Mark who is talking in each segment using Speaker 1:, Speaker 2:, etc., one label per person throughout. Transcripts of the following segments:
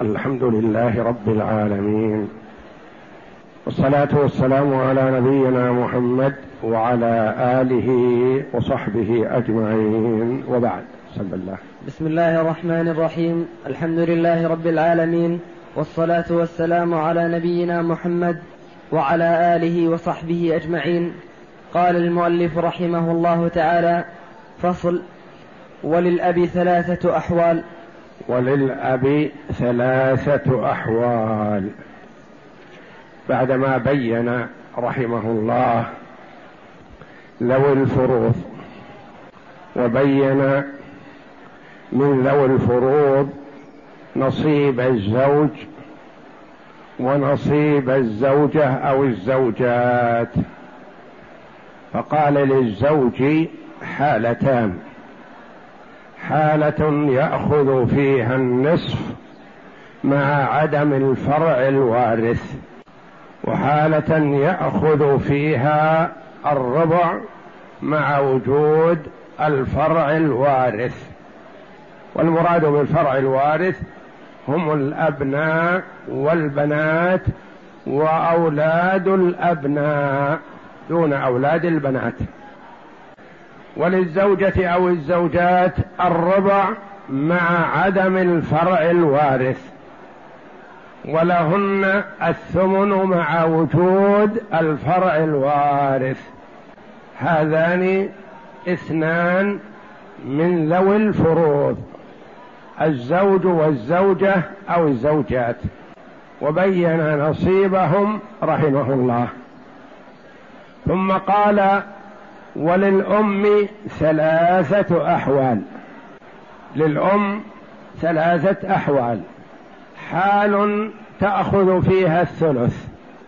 Speaker 1: الحمد لله رب العالمين، والصلاة والسلام على نبينا محمد وعلى آله وصحبه أجمعين، وبعد.
Speaker 2: بسم الله الرحمن الرحيم. الحمد لله رب العالمين، والصلاة والسلام على نبينا محمد وعلى آله وصحبه أجمعين. قال المؤلف رحمه الله تعالى: فصل: وللأب ثلاثة أحوال.
Speaker 1: وللأب ثلاثة أحوال. بعدما بين رحمه الله ذوي الفروض، وبين من ذوي الفروض نصيب الزوج ونصيب الزوجة أو الزوجات، فقال للزوج حالتان: حالة يأخذ فيها النصف مع عدم الفرع الوارث، وحالة يأخذ فيها الربع مع وجود الفرع الوارث. والمراد بالفرع الوارث هم الأبناء والبنات وأولاد الأبناء دون أولاد البنات. وللزوجة أو الزوجات الربع مع عدم الفرع الوارث، ولهن الثمن مع وجود الفرع الوارث. هذان اثنان من ذوي الفروض: الزوج والزوجة أو الزوجات، وبين نصيبهم رحمه الله. ثم قال: وللأم ثلاثة أحوال. للأم ثلاثة أحوال: حال تأخذ فيها الثلث،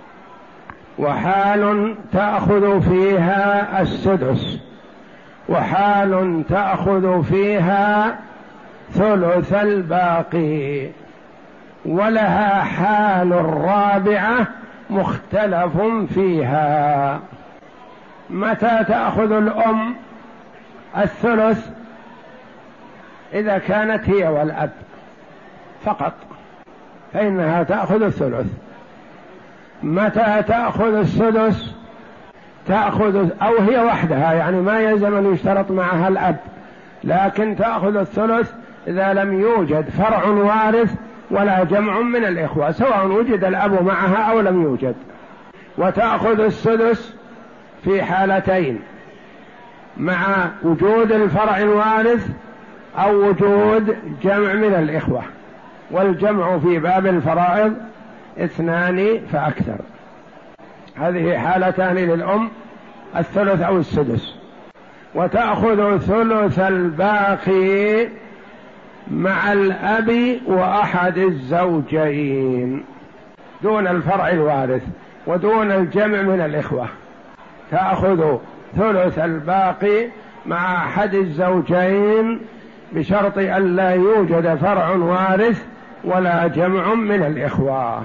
Speaker 1: وحال تأخذ فيها السدس، وحال تأخذ فيها ثلث الباقي، ولها حال رابعة مختلف فيها. متى تأخذ الأم الثلث؟ إذا كانت هي والأب فقط فإنها تأخذ الثلث. متى تأخذ السدس؟ تأخذ أو هي وحدها، يعني ما يلزم أن يشترط معها الأب، لكن تأخذ الثلث إذا لم يوجد فرع وارث ولا جمع من الإخوة، سواء وجد الأب معها أو لم يوجد. وتأخذ السدس في حالتين: مع وجود الفرع الوارث أو وجود جمع من الإخوة، والجمع في باب الفرائض اثنان فأكثر. هذه حالتان للأم: الثلث أو السدس. وتأخذ ثلث الباقي مع الأب وأحد الزوجين دون الفرع الوارث ودون الجمع من الإخوة. تأخذ ثلث الباقي مع أحد الزوجين بشرط أن لا يوجد فرع وارث ولا جمع من الإخوة.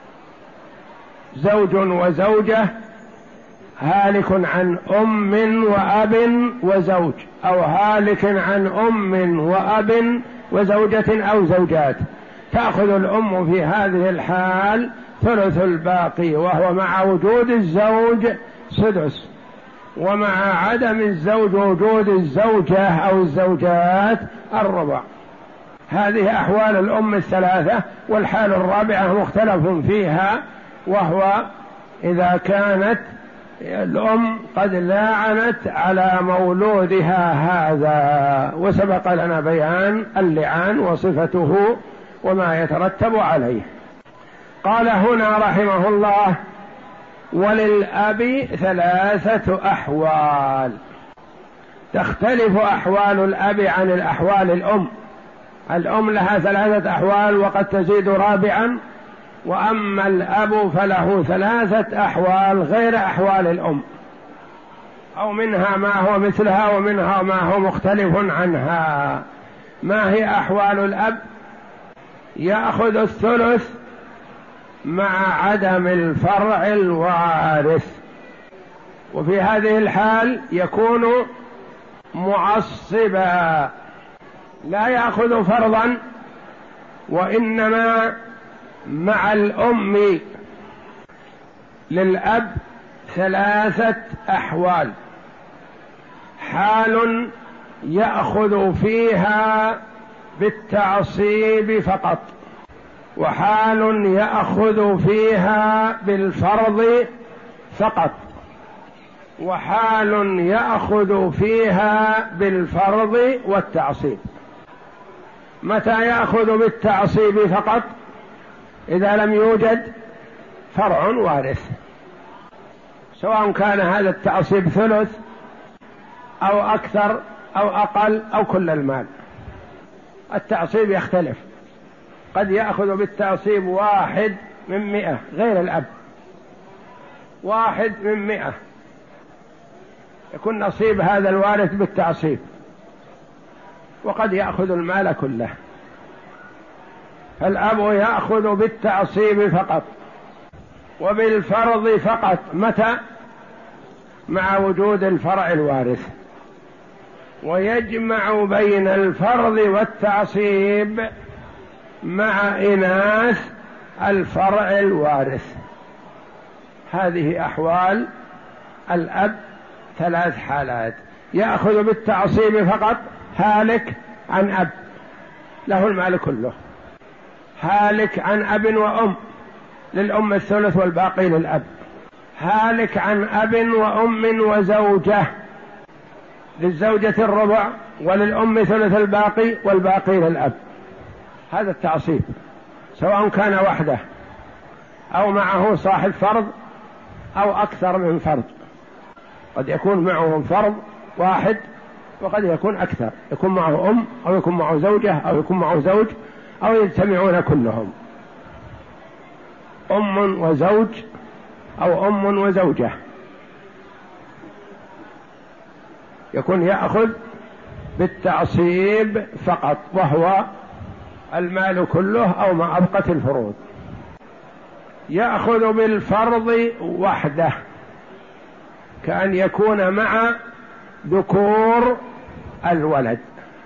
Speaker 1: زوج وزوجة هالك عن أم وأب وزوج، أو هالك عن أم وأب وزوجة أو زوجات، تأخذ الأم في هذه الحال ثلث الباقي، وهو مع وجود الزوج سدس، ومع عدم الزوج وجود الزوجة أو الزوجات الربع. هذه أحوال الأم الثلاثة. والحال الرابعة مختلف فيها، وهو إذا كانت الأم قد لاعنت على مولودها هذا، وسبق لنا بيان اللعان وصفته وما يترتب عليه. قال هنا رحمه الله: وللأب ثلاثة أحوال. تختلف أحوال الأب عن الأحوال الأم. الأم لها ثلاثة أحوال وقد تزيد رابعا، وأما الأب فله ثلاثة أحوال غير أحوال الأم، أو منها ما هو مثلها ومنها ما هو مختلف عنها. ما هي أحوال الأب؟ يأخذ الثلث مع عدم الفرع الوارث، وفي هذه الحال يكون معصبا، لا يأخذ فرضا وإنما مع الأم للأب 3 أحوال: حال يأخذ فيها بالتعصيب فقط، وحال يأخذ فيها بالفرض فقط، وحال يأخذ فيها بالفرض والتعصيب. متى يأخذ بالتعصيب فقط؟ إذا لم يوجد فرع وارث، سواء كان هذا التعصيب ثلث أو أكثر أو أقل أو كل المال. التعصيب يختلف، قد يأخذ بالتعصيب 1 من 100 غير الأب، 1 من 100 يكون نصيب هذا الوارث بالتعصيب، وقد يأخذ المال كله. فالأب يأخذ بالتعصيب فقط وبالفرض فقط. متى؟ مع وجود الفرع الوارث. ويجمع بين الفرض والتعصيب مع إناث الفرع الوارث. هذه أحوال الأب 3 حالات: يأخذ بالتعصيب فقط، هالك عن أب له المال كله، هالك عن أب وأم للأم الثلث والباقي للأب، هالك عن أب وأم وزوجة للزوجة الربع وللأم ثلث الباقي والباقي للأب. هذا التعصيب، سواء كان وحده أو معه صاحب فرض أو أكثر من فرض. قد يكون معهم فرض واحد وقد يكون أكثر، يكون معه أم أو يكون معه زوجة أو يكون معه زوج أو يجتمعون كلهم، أم وزوج أو أم وزوجة. يكون يأخذ بالتعصيب فقط، وهو المال كله أو ما أبقت الفروض. يأخذ بالفرض وحده، كأن يكون مع ذكور الولد،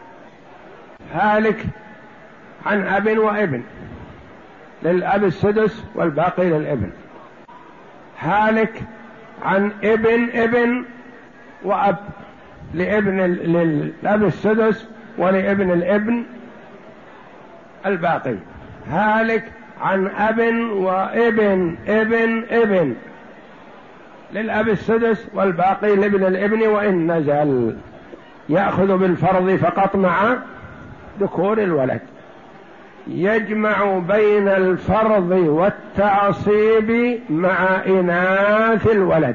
Speaker 1: هالك عن أب وابن للأب السدس والباقي للابن، هالك عن ابن وأب للأب السدس ولابن الابن الباقي، هالك عن أب ابن للأب السدس والباقي لابن الابن وإن نزل. يأخذ بالفرض فقط مع ذكور الولد. يجمع بين الفرض والتعصيب مع إناث الولد.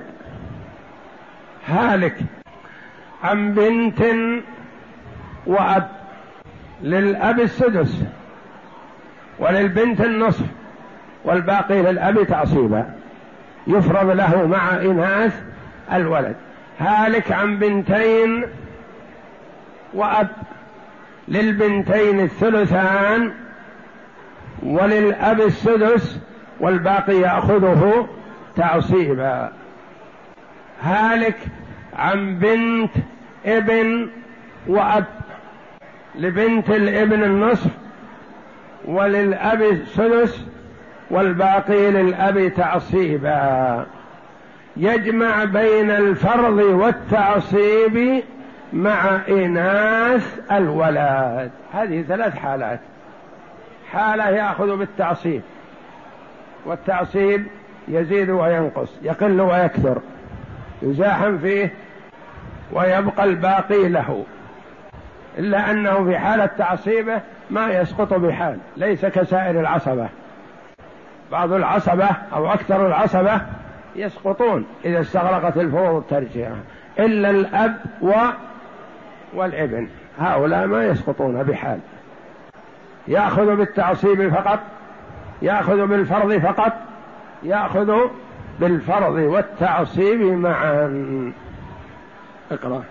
Speaker 1: هالك عن بنت وأب للأب السدس وللبنت النصف والباقي للأب تعصيبا، يفرض له مع إناث الولد. هالك عن بنتين وأب للبنتين الثلثان وللأب السدس والباقي يأخذه تعصيبا. هالك عن بنت ابن وأب لبنت الابن النصف وللأب السدس والباقي للأب تعصيبا. يجمع بين الفرض والتعصيب مع إناث الولد. هذه 3 حالات: حالة يأخذ بالتعصيب، والتعصيب يزيد وينقص، يقل ويكثر، يزاحم فيه ويبقى الباقي له، إلا أنه في حالة تعصيبه ما يسقط بحال، ليس كسائر العصبة. بعض العصبة أو أكثر العصبة يسقطون إذا استغرقت الفروض الترجية، إلا الأب والابن، هؤلاء ما يسقطون بحال. يأخذ بالتعصيب فقط، يأخذ بالفرض فقط، يأخذ بالفرض والتعصيب معا. اقرأ.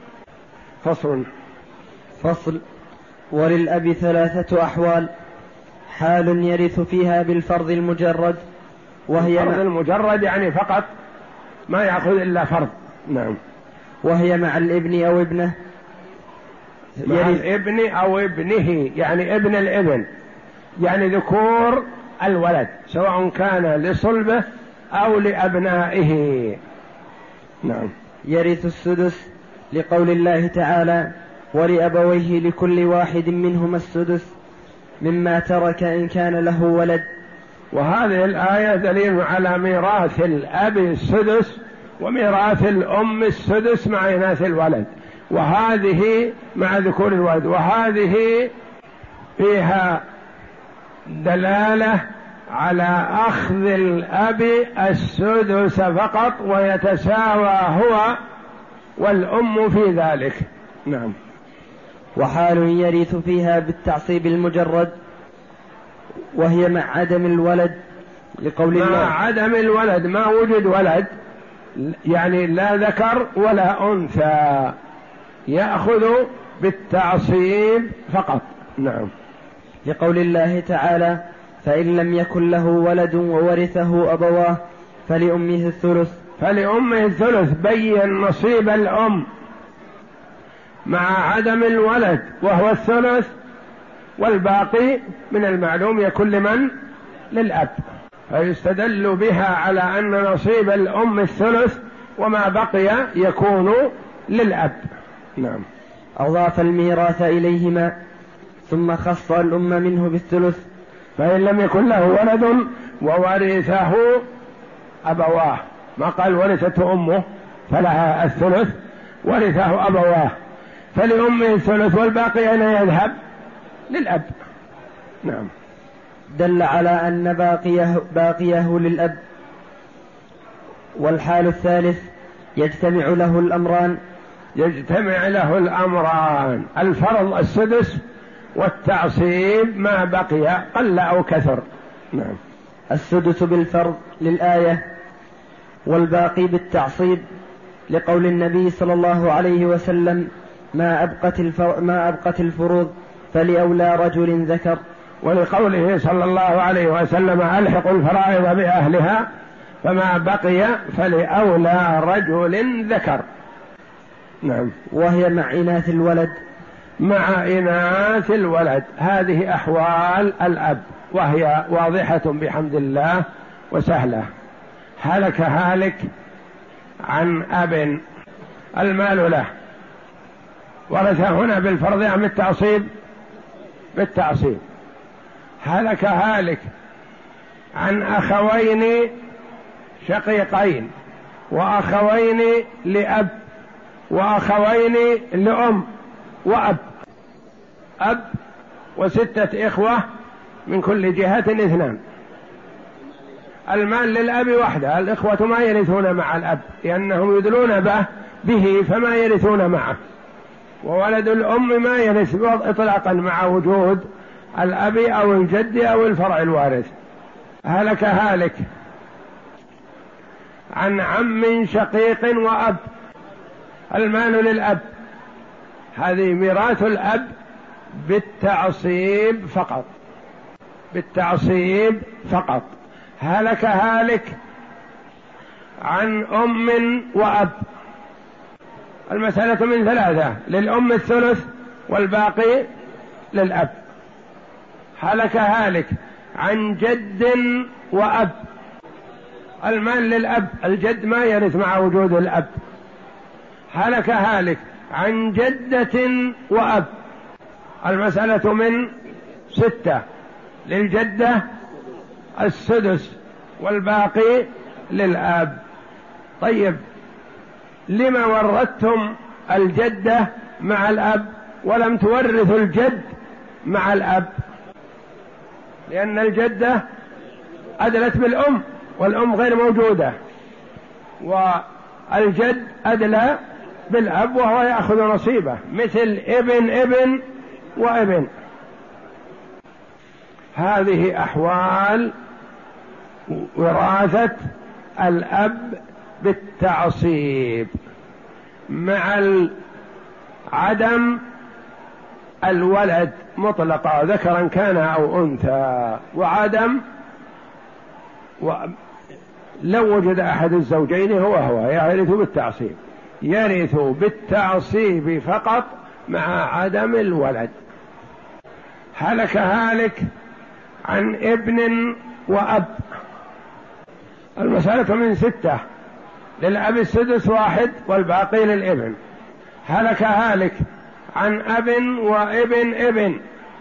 Speaker 2: فصل. وللأب 3 أحوال: حال يرث فيها بالفرض المجرد، وهي
Speaker 1: الفرض المجرد يعني فقط ما يأخذ إلا فرض. نعم.
Speaker 2: وهي مع الابن أو ابنه،
Speaker 1: مع الابن أو ابنه، يعني ابن الابن يعني ذكور الولد سواء كان لصلبه أو لأبنائه. نعم.
Speaker 2: يرث السدس لقول الله تعالى: ولأبويه لكل واحد منهما السدس مما ترك إن كان له ولد.
Speaker 1: وهذه الآية دليل على ميراث الأب السدس وميراث الأم السدس مع إناث الولد، وهذه مع ذكور الولد، وهذه فيها دلالة على أخذ الأب السدس فقط ويتساوى هو والأم في ذلك. نعم.
Speaker 2: وحال يرث فيها بالتعصيب المجرد، وهي مع عدم الولد لقول الله:
Speaker 1: مع عدم الولد، ما وجد ولد، يعني لا ذكر ولا أنثى، يأخذ بالتعصيب فقط. نعم.
Speaker 2: لقول الله تعالى: فإن لم يكن له ولد وورثه أبواه فلأمه الثلث.
Speaker 1: فلأمه الثلث، بين نصيب الأم مع عدم الولد وهو الثلث، والباقي من المعلوم يكون لمن؟ للأب. فيستدل بها على أن نصيب الأم الثلث وما بقي يكون للأب. نعم.
Speaker 2: أضاف الميراث إليهما ثم خص الأم منه بالثلث.
Speaker 1: فإن لم يكن له ولد وورثه أبواه، ما قال ورثته أمه فلها الثلث، ورثه أبواه فلأمه الثلث، والباقي أين يذهب؟ للأب. نعم.
Speaker 2: دل على أن باقيه للأب. والحال الثالث يجتمع له الأمران.
Speaker 1: يجتمع له الأمران: الفرض السدس، والتعصيب ما بقي قل أو كثر. نعم.
Speaker 2: السدس بالفرض للآية، والباقي بالتعصيب لقول النبي صلى الله عليه وسلم: ما أبقت الفروض فلأولى رجل ذكر.
Speaker 1: ولقوله صلى الله عليه وسلم: ألحقوا الفرائض بأهلها، فما بقي فلأولى رجل ذكر. نعم.
Speaker 2: وهي مع إناث الولد.
Speaker 1: مع إناث الولد. هذه أحوال الأب، وهي واضحة بحمد الله وسهلة. هلك هالك عن أب المال له، ورث هنا بالفرض أم بالتعصيب؟ بالتعصيب. هلك هالك عن أخوين شقيقين وأخوين لأب وأخوين لأم وأب، أب وستة إخوة من كل جهة 2. المال للأب وحده، الإخوة ما يرثون مع الأب لأنهم يدلون به فما يرثون معه، وولد الأم ما يرث إطلاقا مع وجود الأب أو الجد أو الفرع الوارث. هلك هالك عن عم شقيق وأب، المال للأب، هذه ميراث الأب بالتعصيب فقط، بالتعصيب فقط. هلك هالك عن أم وأب، المسألة من 3: للأم الثلث والباقي للأب. هلك هالك عن جد وأب، المال للأب، الجد ما يرث مع وجود الأب. هلك هالك عن جدة وأب، المسألة من 6: للجدة السدس والباقي للأب. طيب، لما ورثتم الجدة مع الأب ولم تورثوا الجد مع الأب؟ لأن الجدة أدلت بالأم والأم غير موجودة، والجد أدلى بالأب وهو يأخذ نصيبه، مثل ابن وابن. هذه أحوال وراثة الأب بالتعصيب مع عدم الولد مطلقا ذكرا كان أو أنثى، وعدم لو وجد أحد الزوجين هو يرث بالتعصيب، يرث بالتعصيب فقط مع عدم الولد. هلك هالك عن ابن وأب. المسألة من 6، للأب السدس 1 والباقي للابن. هلك هالك عن أب وابن ابن،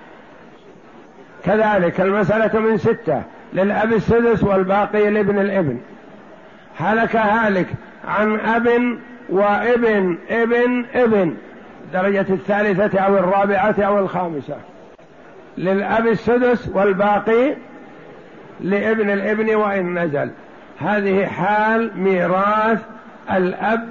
Speaker 1: كذلك المسألة من 6، للأب السدس والباقي لابن الابن. هلك هالك عن أب وابن ابن ابن، درجة 3 أو 4 أو 5، للأب السدس والباقي لابن الابن وإن نزل. هذه حال ميراث الأب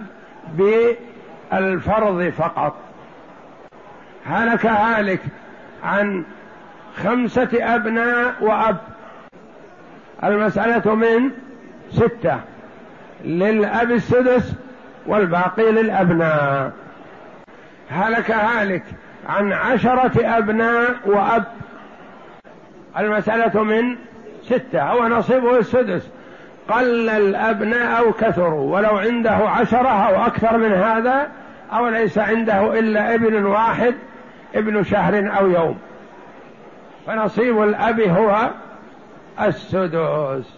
Speaker 1: بالفرض فقط. هلك هالك عن 5 أبناء وأب. المسألة من 6، للأب السدس والباقي للأبناء. هلك هالك عن 10 أبناء وأب. المسألة من 6، هو نصيبه السدس، قل الأبناء أو كثروا، ولو عنده 10 أو أكثر من هذا، أو ليس عنده إلا ابن واحد ابن شهر أو يوم، فنصيب الأب هو السدس.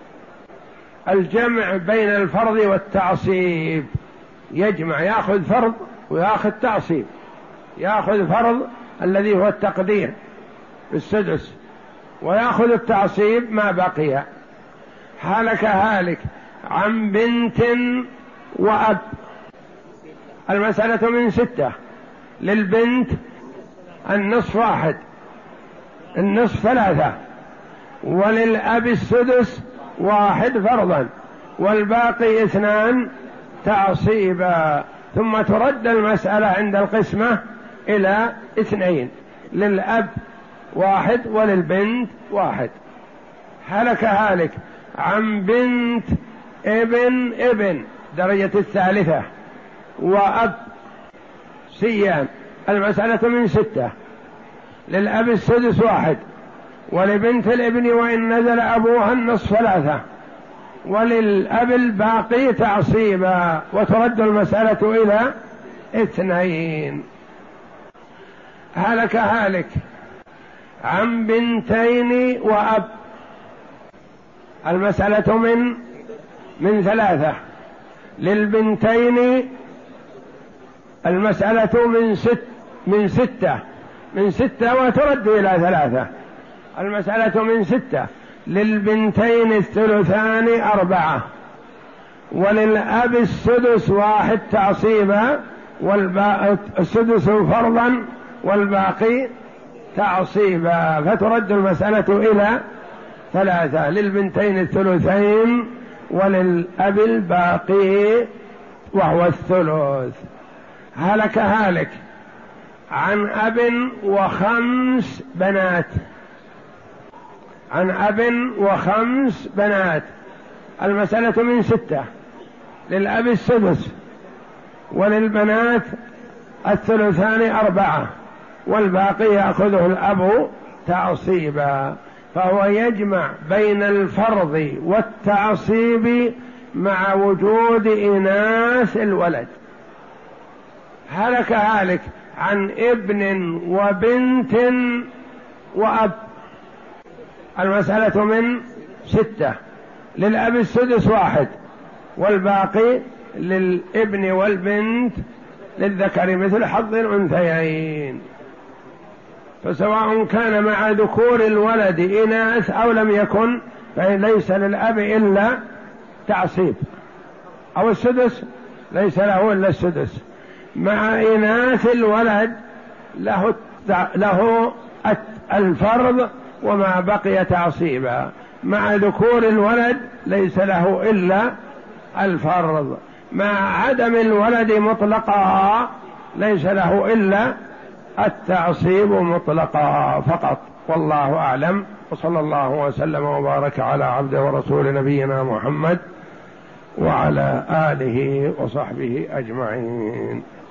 Speaker 1: الجمع بين الفرض والتعصيب، يجمع، يأخذ فرض ويأخذ تعصيب، يأخذ فرض الذي هو التقدير بالسدس، ويأخذ التعصيب ما بقي. هلك هالك عن بنت وأب. المسألة من 6، للبنت النصف 1، النصف 3، وللأب السدس 1 فرضا، والباقي 2 تعصيبا. ثم ترد المسألة عند القسمة إلى 2، للأب 1 وللبنت 1. هلك هالك عن بنت ابن ابن، درجة 3 وأب سيان. المسألة من 6، للأب السدس 1، ولبنت الابن وإن نزل أبوها النصف 3، وللأب الباقي تعصيبا، وترد المسألة إلى 2. هلك هالك عن بنتين وأب. المسألة من 3، للبنتين المسألة من 6 وترد إلى 3. المسألة من 6، للبنتين 2 4، وللأب السدس 1 تعصيبا، والسدس فرضا والباقي تعصيبا، فترد المسألة إلى 3، للبنتين 2 وللأب الباقي وهو 1/3. هلك هالك عن أب و5 بنات. عن أب و5 بنات. المسألة من 6، للأب السدس، وللبنات 2 4، والباقي يأخذه الأب تعصيبا. فهو يجمع بين الفرض والتعصيب مع وجود إناث الولد. هلك هالك عن ابن وبنت وأب. المسألة من 6، للأب السدس 1، والباقي للابن والبنت للذكر مثل حظ الأنثيين. فسواء كان مع ذكور الولد إناث أو لم يكن، فليس للأب إلا تعصيب، أو السدس ليس له إلا السدس. مع إناث الولد له الفرض وما بقي تعصيبا. مع ذكور الولد ليس له إلا الفرض. مع عدم الولد مطلقا ليس له إلا التعصيب مطلقا فقط. والله أعلم، وصلى الله وسلم وبارك على عبده ورسول نبينا محمد وعلى آله وصحبه أجمعين.